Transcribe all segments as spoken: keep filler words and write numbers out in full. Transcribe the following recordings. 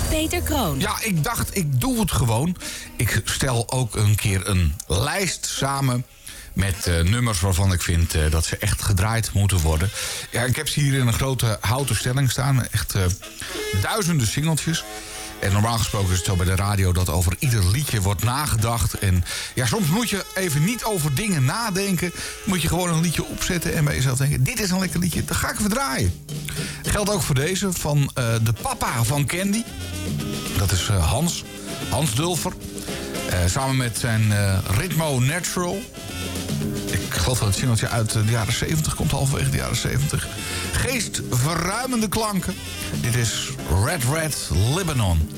Peter Kroon. Ja, ik dacht, ik doe het gewoon. Ik stel ook een keer een lijst samen met uh, nummers waarvan ik vind uh, dat ze echt gedraaid moeten worden. Ja, ik heb ze hier in een grote houten stelling staan. Echt uh, duizenden singeltjes. En normaal gesproken is het zo bij de radio dat over ieder liedje wordt nagedacht. En ja, soms moet je even niet over dingen nadenken. Moet je gewoon een liedje opzetten en bij jezelf denken, dit is een lekker liedje, dan ga ik even draaien. Geldt ook voor deze van uh, de papa van Candy. Dat is uh, Hans, Hans Dulfer. Uh, samen met zijn uh, Ritmo Natural. Ik geloof dat het singeltje uit de jaren zeventig komt, halverwege de jaren zeventig. Geestverruimende klanken. Dit is Red Red Lebanon.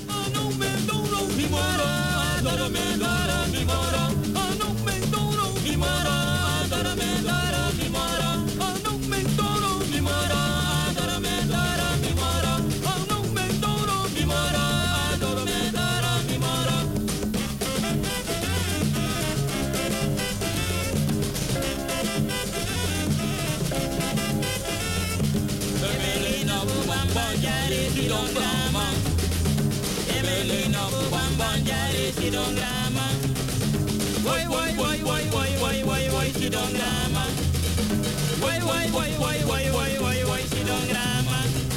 Why, why, why, why, why, why, why, why, she don't grama? Why, why, why, why, why, why, why, why, she don't grama?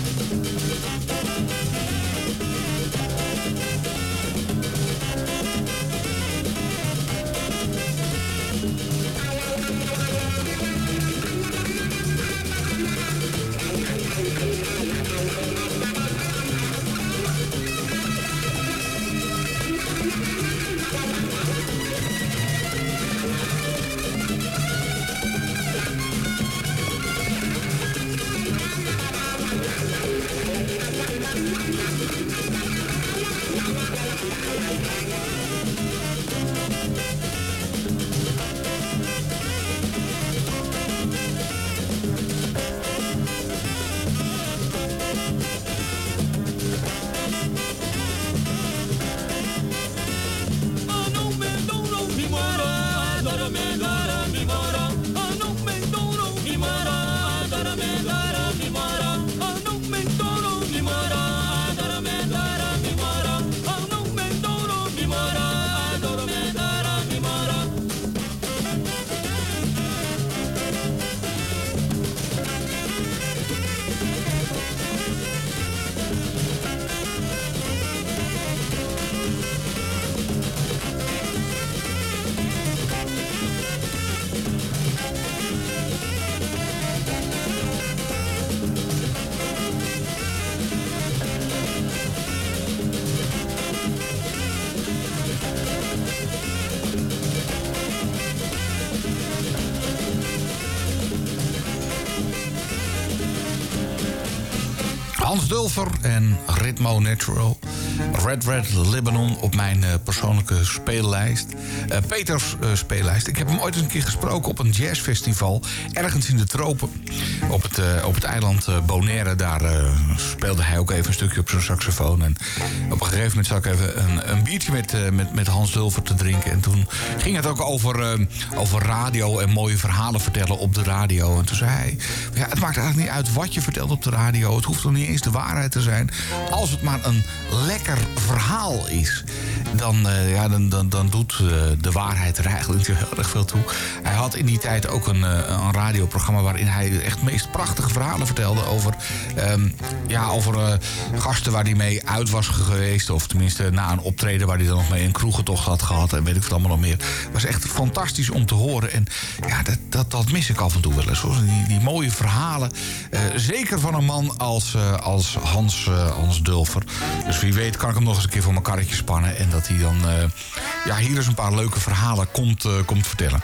Hans Dulfer en Ritmo Natural. Red Red Lebanon op mijn uh, persoonlijke speellijst. Uh, Peters uh, speellijst. Ik heb hem ooit eens een keer gesproken op een jazzfestival. Ergens in de tropen. Op het, uh, op het eiland uh, Bonaire. Daar uh, speelde hij ook even een stukje op zijn saxofoon. En op een gegeven moment zat ik even een, een biertje met, uh, met, met Hans Dulfer te drinken. En toen ging het ook over, uh, over radio en mooie verhalen vertellen op de radio. En toen zei hij, ja, het maakt eigenlijk niet uit wat je vertelt op de radio. Het hoeft nog niet eens de waarheid te zijn. Als het maar een lekker verhaal is, dan, uh, ja, dan, dan, dan doet uh, de waarheid er eigenlijk niet heel erg veel toe. Hij had in die tijd ook een, uh, een radioprogramma waarin hij echt meest prachtige verhalen vertelde over, um, ja, over uh, gasten waar hij mee uit was geweest. Of tenminste na een optreden waar hij dan nog mee een kroegentocht had gehad. En weet ik veel allemaal nog meer. Het was echt fantastisch om te horen. En ja, dat, dat, dat mis ik af en toe wel eens. Die, die mooie verhalen. Uh, zeker van een man als, uh, als Hans, uh, Hans Dulfer. Dus wie weet kan ik hem nog eens een keer voor mijn karretje spannen. En dat hij dan uh, ja, hier eens een paar leuke verhalen komt, uh, komt vertellen.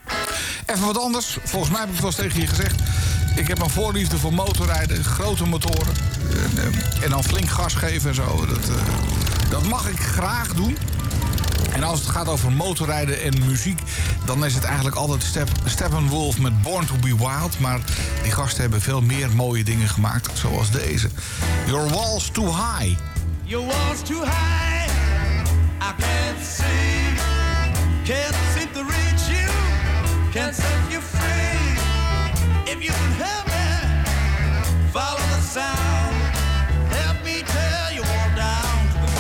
Even wat anders. Volgens mij heb ik het wel eens tegen je gezegd. Ik heb een voorliefde voor motorrijden. Grote motoren. En, uh, en dan flink gas geven en zo. Dat, uh, dat mag ik graag doen. En als het gaat over motorrijden en muziek, dan is het eigenlijk altijd Step, Steppenwolf met Born to be Wild. Maar die gasten hebben veel meer mooie dingen gemaakt, zoals deze. Your wall's too high. Your wall's too high. I can't see. Can't seem to reach you. Can't set you free. If you can help me, follow the sound. Help me tell you all down to the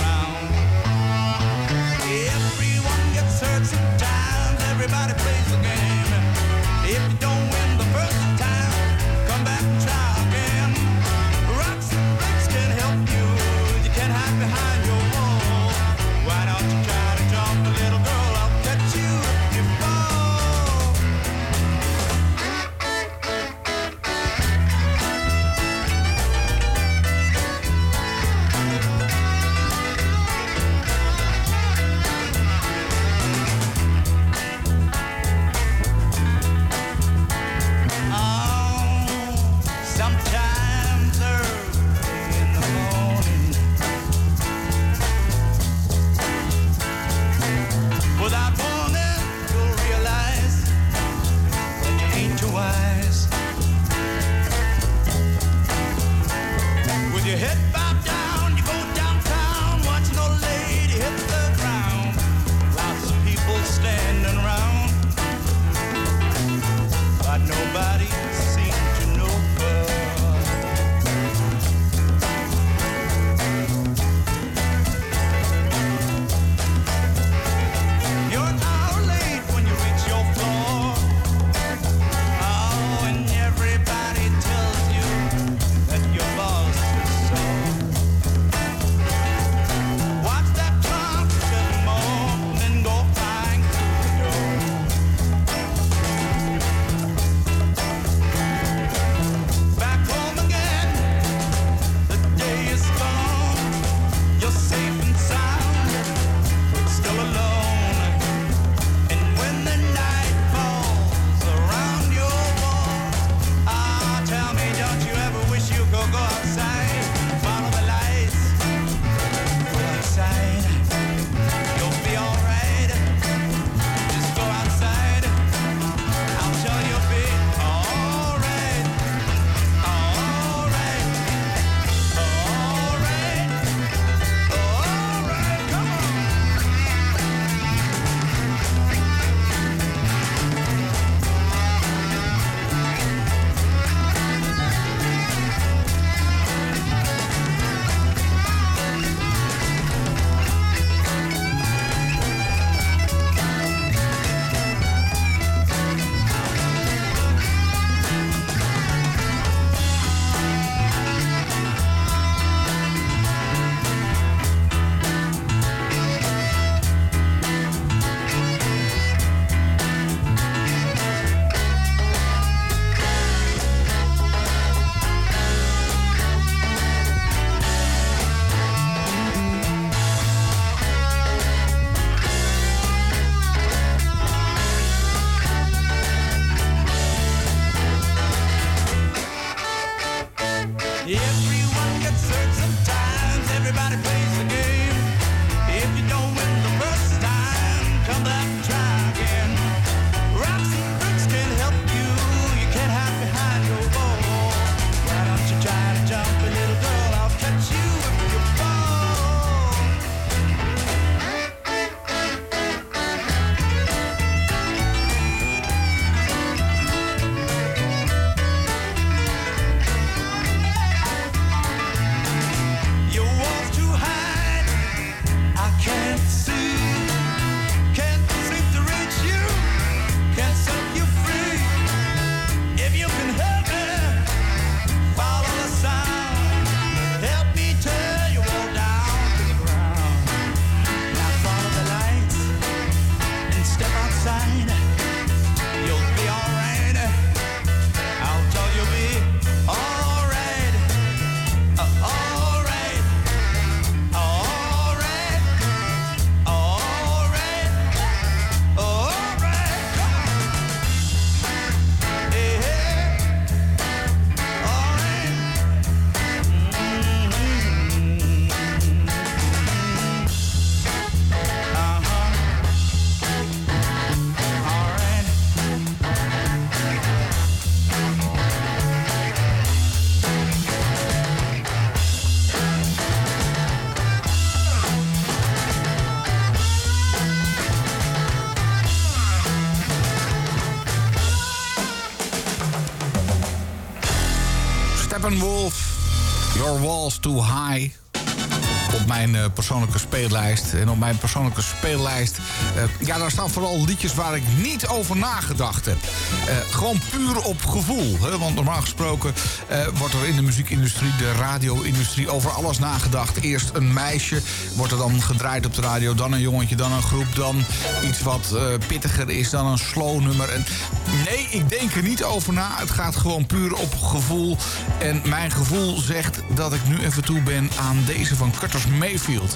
Steppenwolf, Your Walls Too High. Op mijn uh, persoonlijke speellijst. En op mijn persoonlijke speellijst... Uh, ja, daar staan vooral liedjes waar ik niet over nagedacht heb. Uh, gewoon puur op gevoel. Hè? Want normaal gesproken uh, wordt er in de muziekindustrie, de radio-industrie... over alles nagedacht. Eerst een meisje, wordt er dan gedraaid op de radio. Dan een jongetje, dan een groep. Dan iets wat uh, pittiger is, dan een slow nummer. En nee, ik denk er niet over na. Het gaat gewoon puur op gevoel. En mijn gevoel zegt dat ik nu even toe ben aan deze van Curtis Mayfield.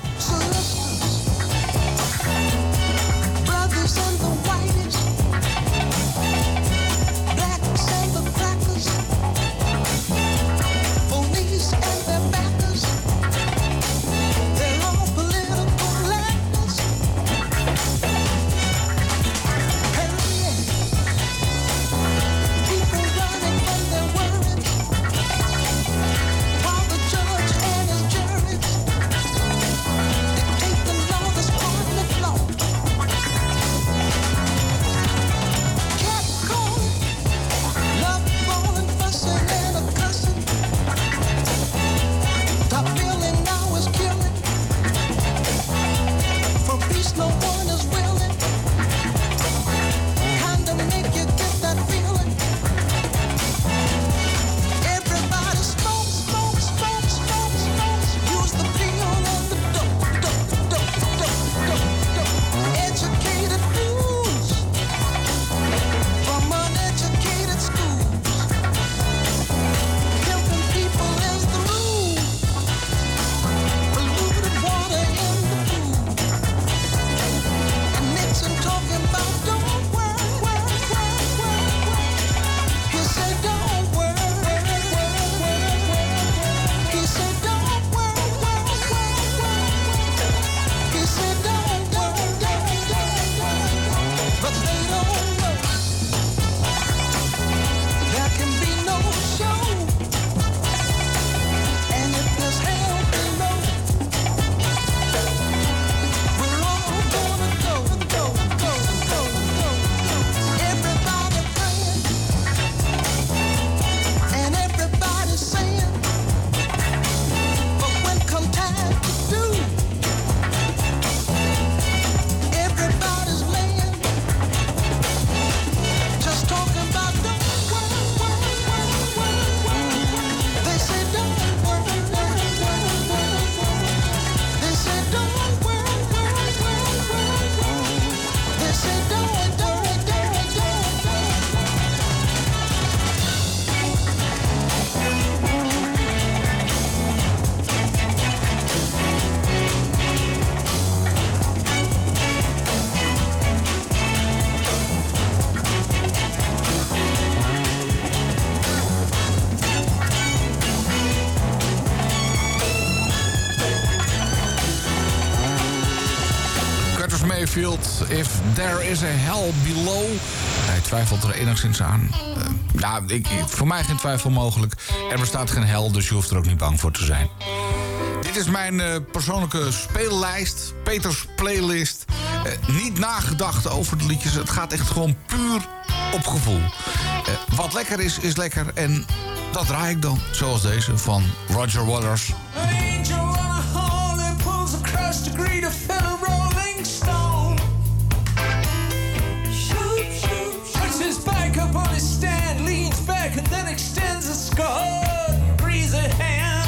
If There Is a Hell Below. Hij twijfelt er enigszins aan. Uh, nou, ik, voor mij geen twijfel mogelijk. Er bestaat geen hel, dus je hoeft er ook niet bang voor te zijn. Dit is mijn uh, persoonlijke speellijst. Peters playlist. Uh, niet nagedacht over de liedjes. Het gaat echt gewoon puur op gevoel. Uh, wat lekker is, is lekker. En dat draai ik dan. Zoals deze van Roger Waters. An angel on a horn pulls across the green of fellow rolling stone. Shoot, shoot, puts his back up on his stand, leans back and then extends a scarred, breathes a hand.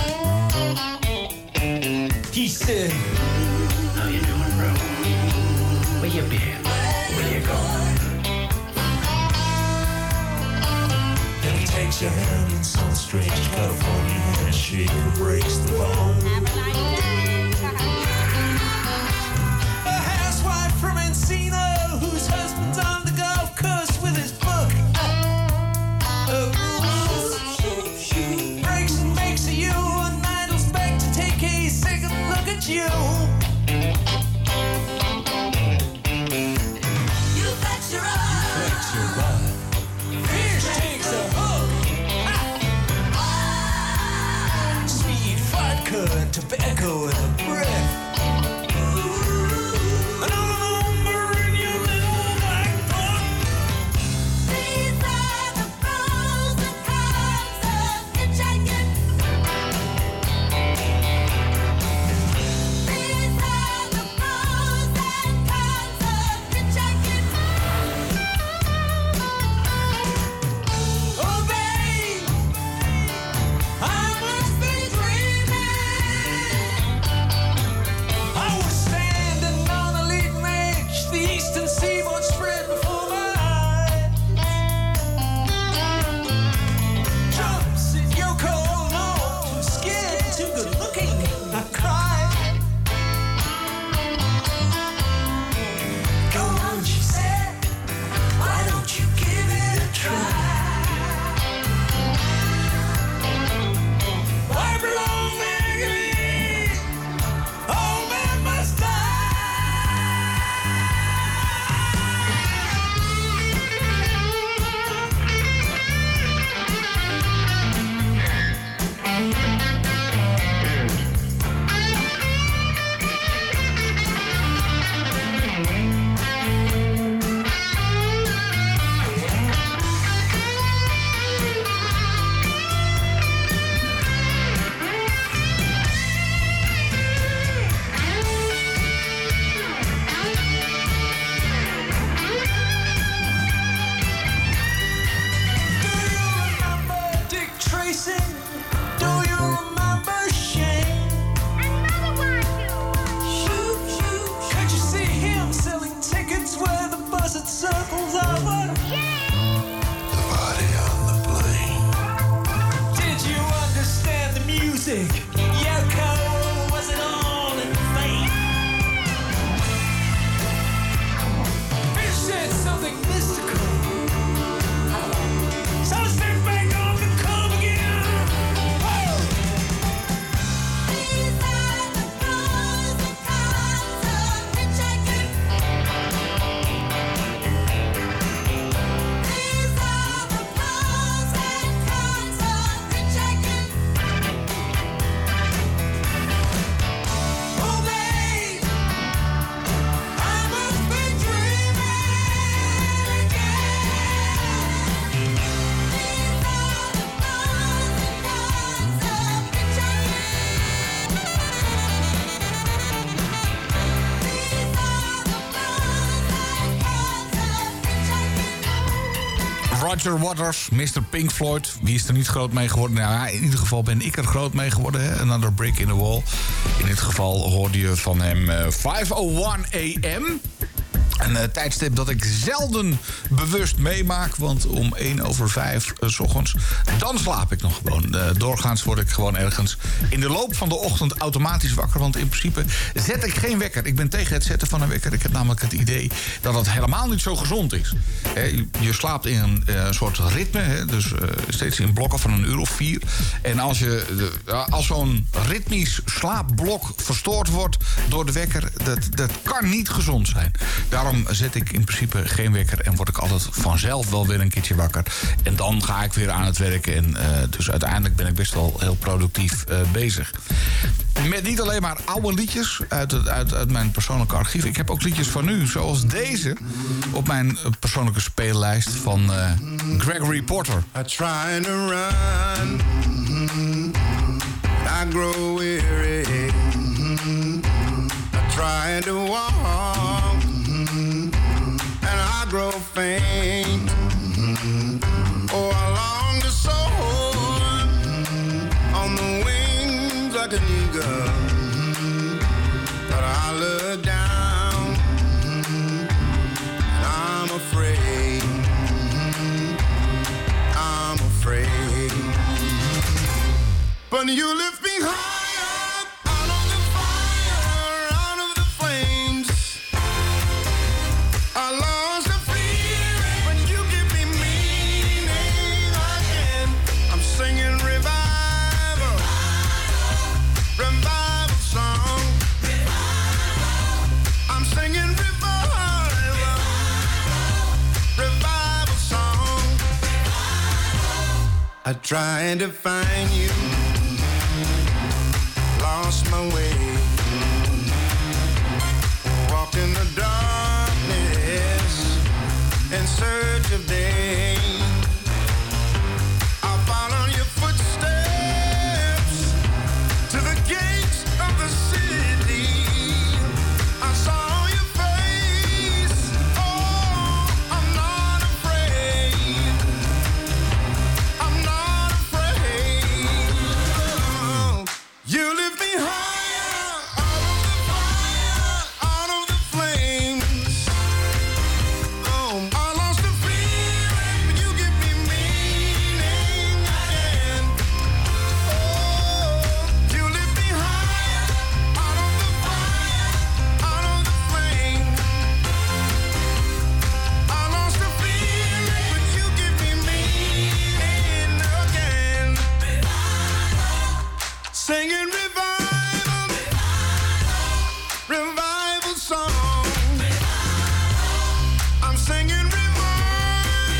He said, how you doing, bro? Where you been? Where you going? Then he takes your hand in some strange California handshake and breaks the bone. A housewife from Encino whose husband's on the golf course with his book of rules. Breaks and makes a you and idles back to take a second look at you. You bet your eye. Bet your eye. Fish takes a hook. Sweet vodka and tobacco in a breath. Another number in your little black book. These are the pros and cons of hitchhiking. Roger Waters, mister Pink Floyd. Wie is er niet groot mee geworden? Nou ja, in ieder geval ben ik er groot mee geworden. Hè? Another Brick in the Wall. In dit geval hoorde je van hem uh, vijf oh een a m Een uh, tijdstip dat ik zelden bewust meemaak. Want om één over vijf uh, 's ochtends, dan slaap ik nog gewoon. Uh, doorgaans word ik gewoon ergens in de loop van de ochtend automatisch wakker. Want in principe zet ik geen wekker. Ik ben tegen het zetten van een wekker. Ik heb namelijk het idee dat het helemaal niet zo gezond is. He, je, je slaapt in een uh, soort ritme. He, dus uh, steeds in blokken van een uur of vier. En als, je, uh, als zo'n ritmisch slaapblok verstoord wordt door de wekker, dat, dat kan niet gezond zijn. Daarom zet ik in principe geen wekker en word ik altijd vanzelf wel weer een keertje wakker. En dan ga ik weer aan het werken. En uh, dus uiteindelijk ben ik best wel heel productief uh, bezig. Met niet alleen maar oude liedjes uit, het, uit, uit mijn persoonlijke archief. Ik heb ook liedjes van nu, zoals deze, op mijn persoonlijke speellijst van uh, Gregory Porter. I try to run, I grow weary. I try to walk, and I grow faint. Oh, I long to soar on the wings like an eagle, but I look down and I'm afraid, I'm afraid. But you lift me higher out of the fire, out of the flames. I lost the fear when you give me meaning again. I'm singing revival, revival song. I'm singing revival, revival song. I tried to find you, lost my way, walked in the darkness in search of day. I followed your footsteps to the gates of the city. I saw your face. Oh, I'm not afraid. I'm not afraid. Oh, you lift me higher out of the fire, out of the flames. Oh, I lost the fear when you give me meaning again. Oh, you lift me higher out of the fire, out of the flames. I lost the fear when you give me meaning again. Singing revival, revival song. I'm singing revival,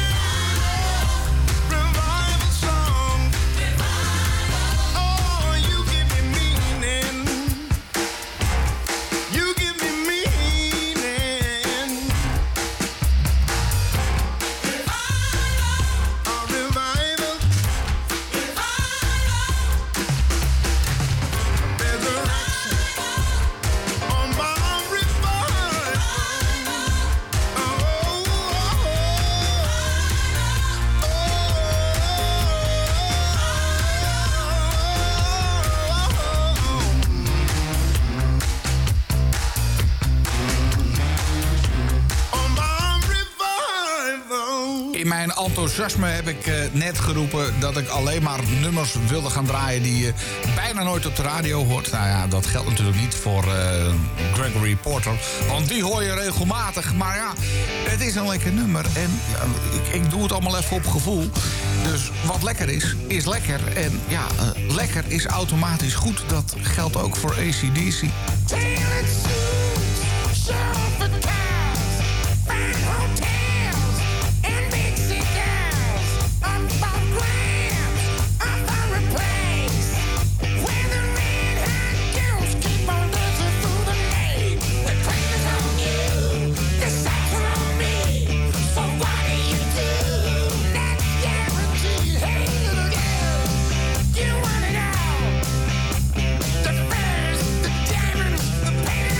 revival song. Oh, you give me meaning. You give me meaning. A revival. Resurrection on my revival. Oh, oh, oh, on my revival. In mijn enthousiasme heb ik uh, net geroepen dat ik alleen maar nummers wilde gaan draaien die je bijna nooit op de radio hoort. Nou ja, dat geldt natuurlijk niet voor uh, Gregory Porter, want die hoor je regelmatig. Maar ja, het is een lekker nummer en ja, ik, ik doe het allemaal even op gevoel. Dus wat lekker is, is lekker. En ja, uh, lekker is automatisch goed. Dat geldt ook voor A C D C. Tailored suits, chauffeur cars, fine hotels, and big cigars. Up for grabs, up for a place where the red-hot girls keep on dancing through the night. The claim is on you, the sights are on me. So what do you do? That's guaranteed. Hey, little girl, you wanna know the furs, the diamonds, the painted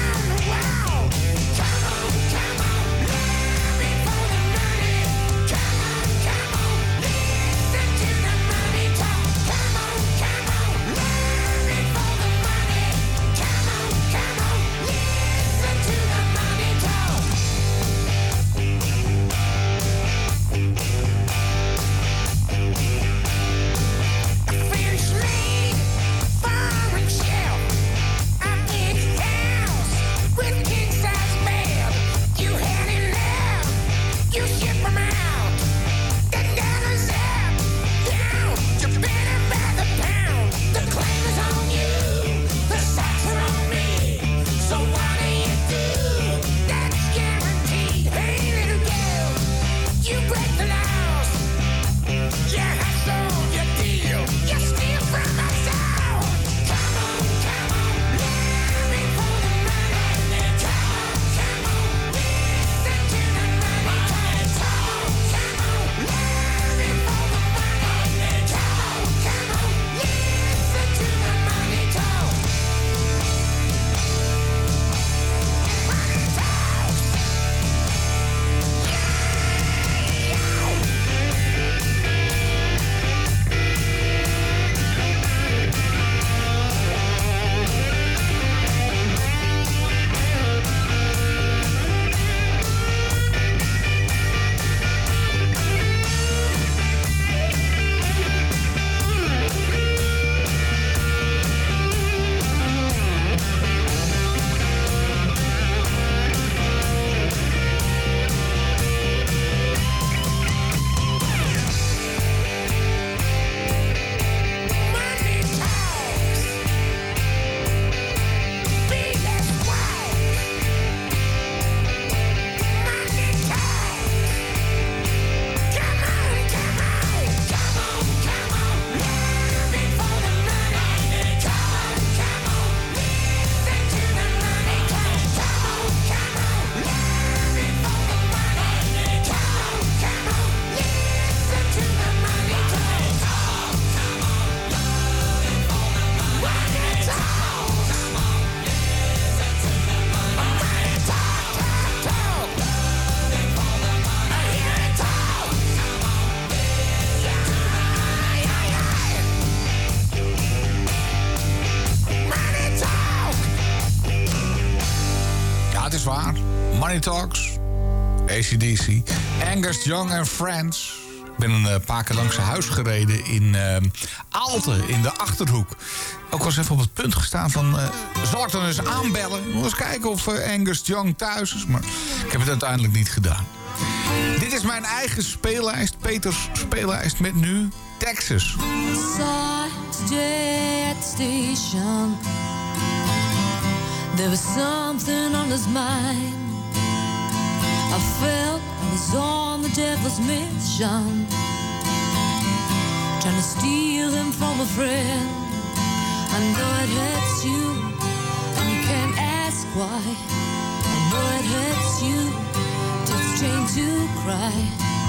het is waar. Money Talks, A C D C, Angus Young and Friends. Ik ben een paar keer langs zijn huis gereden in uh, Aalten, in de Achterhoek. Ook was even op het punt gestaan van... Uh, zal ik dan eens aanbellen? Ik wil eens kijken of uh, Angus Young thuis is. Maar ik heb het uiteindelijk niet gedaan. Dit is mijn eigen speellijst. Peters speellijst met nu Texas. Saturday at the station, there was something on his mind. I felt I was on the devil's mission, trying to steal him from a friend. I know it hurts you, and you can't ask why. I know it hurts you, it's trained to cry.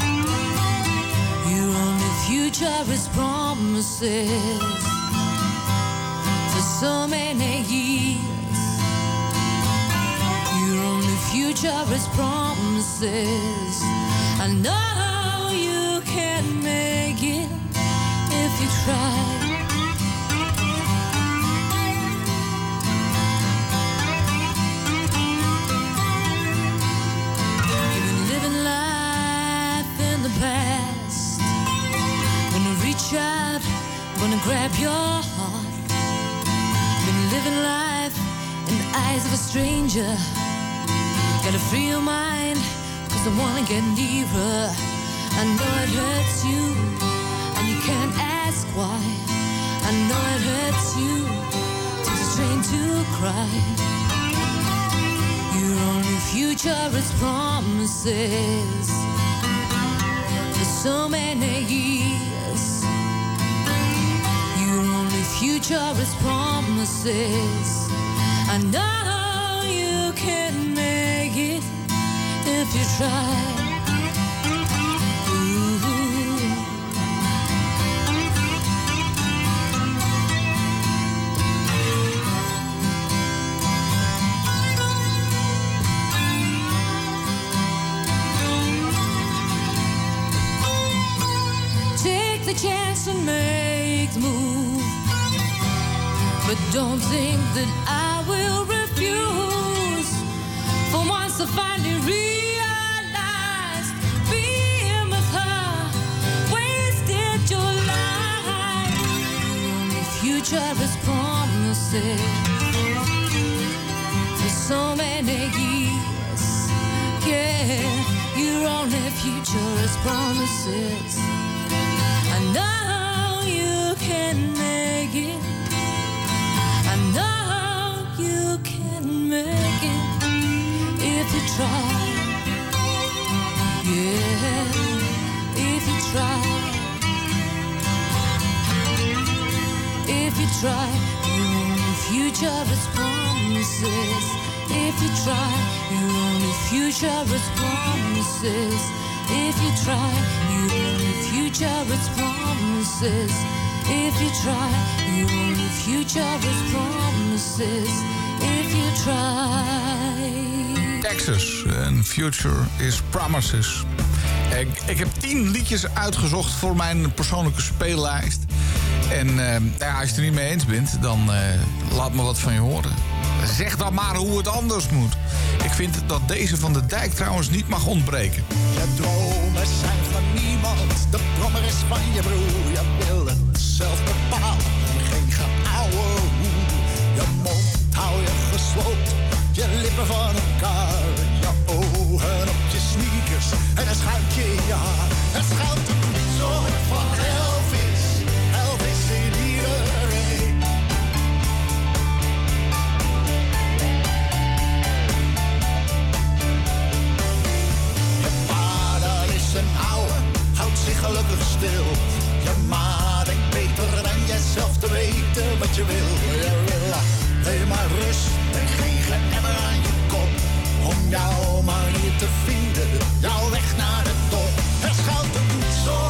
Your only future is promises for so many years. Your only future is promises. I know you can make it if you try. You've been living life in the past. Gonna reach out, gonna grab your heart. Been living life in the eyes of a stranger. Gotta free your mind, cause I wanna get nearer. I know it hurts you, and you can't ask why. I know it hurts you, takes a train to cry. Your only future is promises for so many years. Your only future is promises. I know you can make it if you try. Take the chance and make the move, but don't think that I will refuse. For once I finally realized being with her wasted your life. Your only future is promises for so many years. Yeah, your only future is promises. I know you can make it. I know you can make it if you try. Yeah, if you try. If you try, your only future is promises. If you try, your only future is promises. If you try, your only future is promises. If you try, your only future is promises. If you try. Texas en Future is Promises. Ik, ik heb tien liedjes uitgezocht voor mijn persoonlijke speellijst. En uh, ja, als je het er niet mee eens bent, dan uh, laat me wat van je horen. Zeg dan maar hoe het anders moet. Ik vind dat deze van de Dijk trouwens niet mag ontbreken. Je dromen zijn van niemand, de brommer is van je broer. Je wil het zelf bepalen, geen geouwe hoe. Je mond hou je gesloten, je lippen van elkaar. Je ogen op je sneakers en een schuitje in je haar. Het schuilt een soort van Elvis, Elvis in iedereen. Je vader is een ouwe, houdt zich gelukkig stil. Je ma denkt beter dan jezelf te weten wat je wil. Je wil alleen maar rust en geen geëmmer aan je kop. Om jouw manier te vinden, jouw weg naar de top. Er schuilt een soort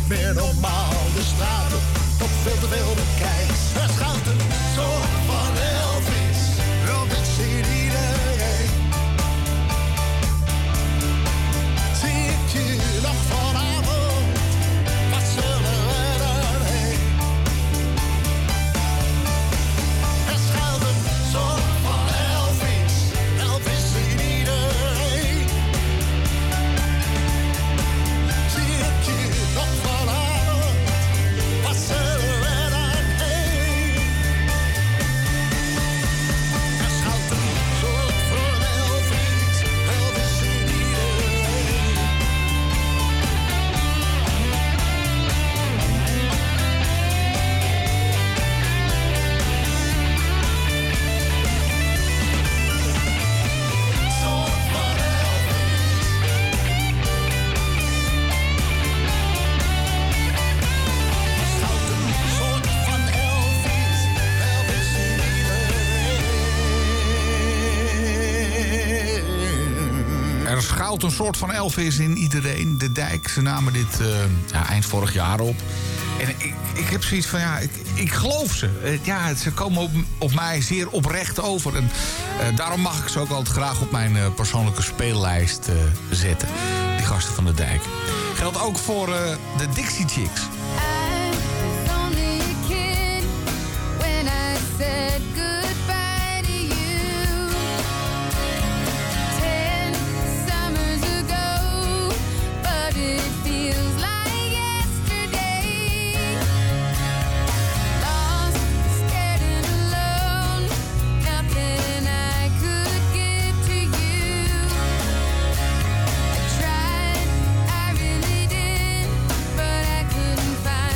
meer normaal. De straten tot veel te veel bekijks. Er schuilt een soort van Elvis. Elvis in iedereen. Zie ik je nog vanavond? Wat zullen we erheen? Er schuilt een soort van Elvis. Elvis in iedereen. Zie ik je nog vanavond? Wat zullen we erheen? Er schuilt een soort van Elvis. Elvis in iedereen. Soort van Elvis. Schuilt een soort van Elvis. Elvis in iedereen. Er schuilt een soort van Elvis in iedereen. De Dijk, ze namen dit eh, ja, eind vorig jaar op. En ik, ik heb zoiets van, ja, ik, ik geloof ze. Eh, Ja, ze komen op, op mij zeer oprecht over. En eh, daarom mag ik ze ook altijd graag op mijn eh, persoonlijke speellijst eh, zetten. Die gasten van de Dijk. Geldt ook voor eh, de Dixie Chicks. I was only a kid when I said goodbye to you. Ten summers ago, but it feels like yesterday. Lost, scared and alone, nothing I could give to you. I tried, I really did, but I couldn't find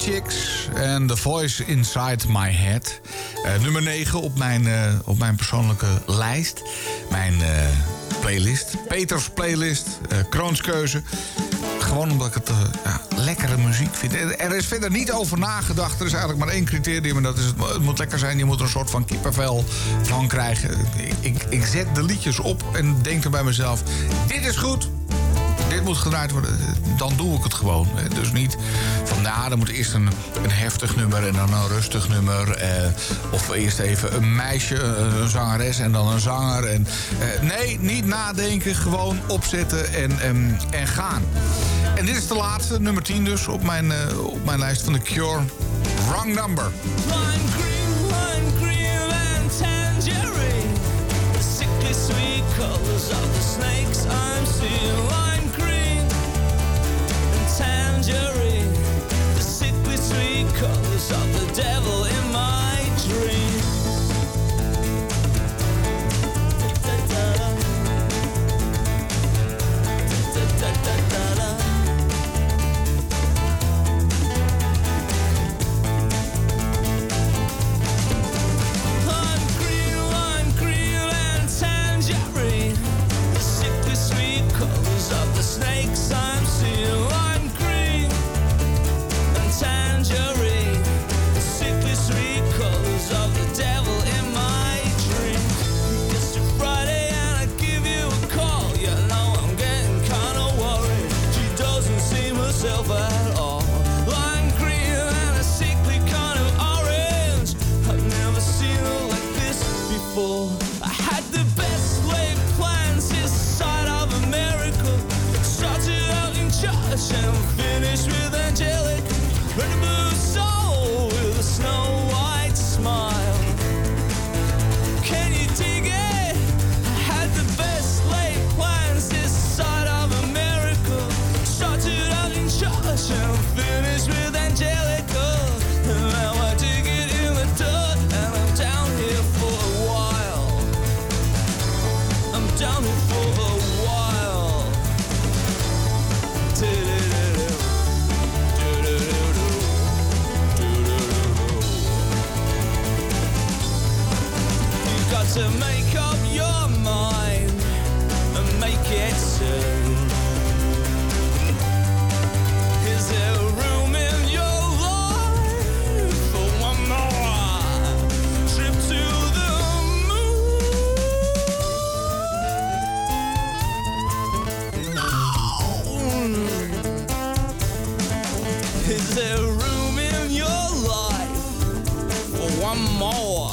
Chicks en The Voice Inside My Head. Uh, nummer negen op mijn, uh, op mijn persoonlijke lijst. Mijn uh, playlist. Peters playlist. Uh, Kroonskeuze. Gewoon omdat ik het uh, ja, lekkere muziek vind. Er is verder niet over nagedacht. Er is eigenlijk maar één criterium en dat is het, het moet lekker zijn. Je moet er een soort van kippenvel van krijgen. Ik, ik, ik zet de liedjes op en denk er bij mezelf... dit is goed. Dit moet gedraaid worden, dan doe ik het gewoon. Dus niet van, nou, dan moet eerst een, een heftig nummer en dan een rustig nummer. Eh, of eerst even een meisje, een zangeres en dan een zanger. En, eh, nee, niet nadenken, gewoon opzetten en, en, en gaan. En dit is de laatste, nummer tien dus, op mijn, uh, op mijn lijst van The Cure. Wrong Number. Lime green, lime green and tangerine. The sickly sweet colors of the snakes I'm seeing. Lime green and tangerine. The sickly sweet colors of the devil in my dream. Da-da-da-da. Da-da-da-da-da. Snakes I'm seeing, lime green and tangerine, the sickly sweet colors of the devil in my dream. It's a Friday and I give you a call. You know I'm getting kinda worried. She doesn't seem herself at all. Lime green and a sickly kind of orange. I've never seen her like this before. I had the best laid plans this side of America. Started out in church and finished with angelic. Red and blue soul with a snow white smile. Can you dig it? I had the best laid plans this side of America. Started out in church and finished with Angelica. And now I dig it in the dirt and I'm down here for a while. I'm down here for a while. You got to make up your mind and make it soon. Is there room in your life for one more trip to the moon? Is there room in your life for one more?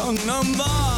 Gangnam Bar.